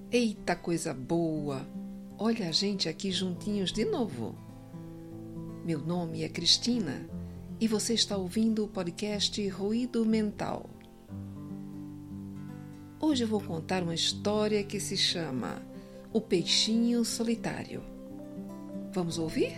Eita, coisa boa! Olha a gente aqui juntinhos de novo. Meu nome é Cristina e você está ouvindo o podcast Ruído Mental. Hoje eu vou contar uma história que se chama O Peixinho Solitário. Vamos ouvir?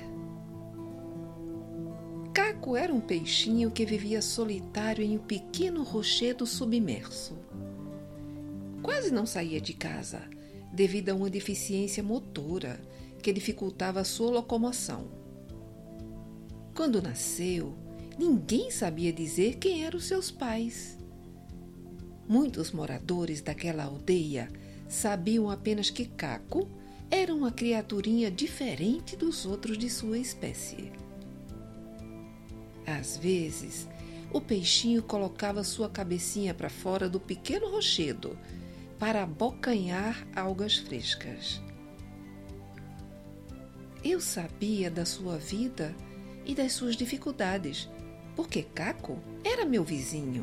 Caco era um peixinho que vivia solitário em um pequeno rochedo submerso. Quase não saía de casa, devido a uma deficiência motora que dificultava a sua locomoção. Quando nasceu, ninguém sabia dizer quem eram os seus pais. Muitos moradores daquela aldeia sabiam apenas que Caco era uma criaturinha diferente dos outros de sua espécie. Às vezes, o peixinho colocava sua cabecinha para fora do pequeno rochedo para abocanhar algas frescas. Eu sabia da sua vida e das suas dificuldades, porque Caco era meu vizinho.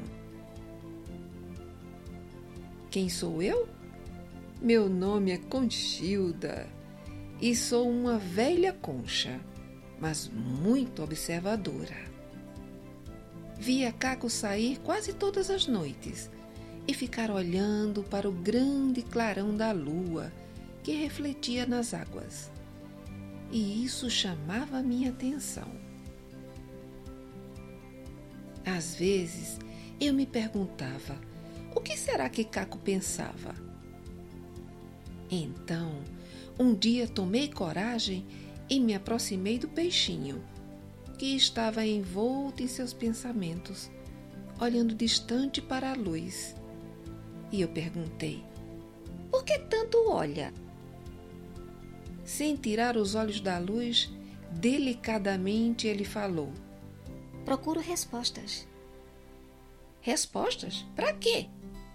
Quem sou eu? Meu nome é Conchilda e sou uma velha concha, mas muito observadora. Via Caco sair quase todas as noites e ficar olhando para o grande clarão da lua que refletia nas águas. E isso chamava minha atenção. Às vezes, eu me perguntava, o que será que Caco pensava? Então, um dia tomei coragem e me aproximei do peixinho, que estava envolto em seus pensamentos, olhando distante para a luz. E eu perguntei, por que tanto olha? Sem tirar os olhos da luz, delicadamente ele falou, procuro respostas. Respostas? Para quê?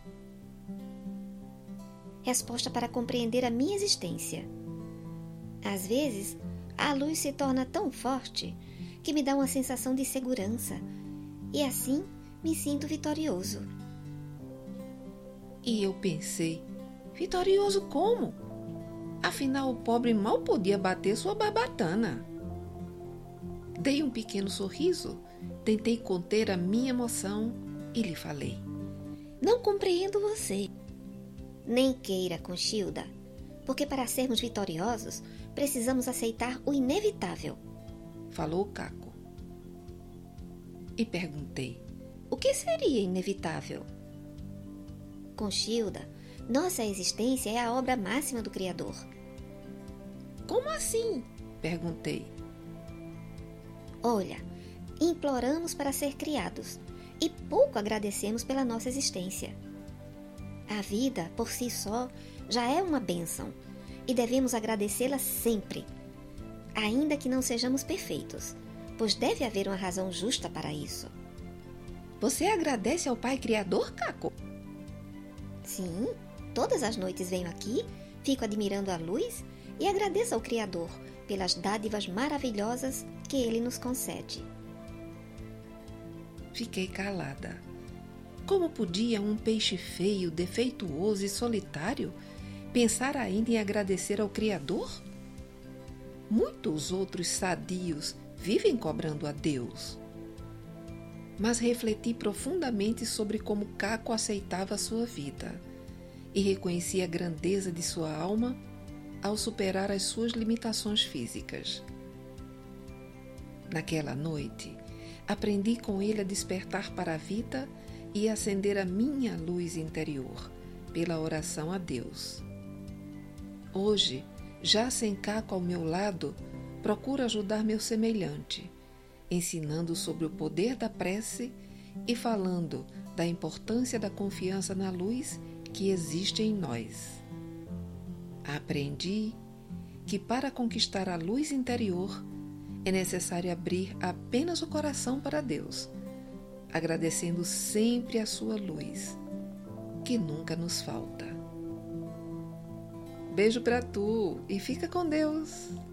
Resposta para compreender a minha existência. Às vezes, a luz se torna tão forte que me dá uma sensação de segurança e assim me sinto vitorioso. E eu pensei, vitorioso como? Afinal, o pobre mal podia bater sua barbatana. Dei um pequeno sorriso, tentei conter a minha emoção e lhe falei, não compreendo você. Nem queira, Conchilda, porque para sermos vitoriosos, precisamos aceitar o inevitável. Falou Caco. E perguntei, o que seria inevitável? Conchilda, nossa existência é a obra máxima do Criador. Como assim? Perguntei. Olha, imploramos para ser criados e pouco agradecemos pela nossa existência. A vida, por si só, já é uma bênção e devemos agradecê-la sempre, ainda que não sejamos perfeitos, pois deve haver uma razão justa para isso. Você agradece ao Pai Criador, Caco? Sim, todas as noites venho aqui, fico admirando a luz e agradeço ao Criador pelas dádivas maravilhosas que Ele nos concede. Fiquei calada. Como podia um peixe feio, defeituoso e solitário pensar ainda em agradecer ao Criador? Muitos outros sadios vivem cobrando a Deus. Mas refleti profundamente sobre como Caco aceitava a sua vida e reconheci a grandeza de sua alma ao superar as suas limitações físicas. Naquela noite, aprendi com ele a despertar para a vida e acender a minha luz interior pela oração a Deus. Hoje, já sem Caco ao meu lado, procuro ajudar meu semelhante, ensinando sobre o poder da prece e falando da importância da confiança na luz que existe em nós. Aprendi que para conquistar a luz interior é necessário abrir apenas o coração para Deus, agradecendo sempre a sua luz, que nunca nos falta. Beijo pra tu e fica com Deus!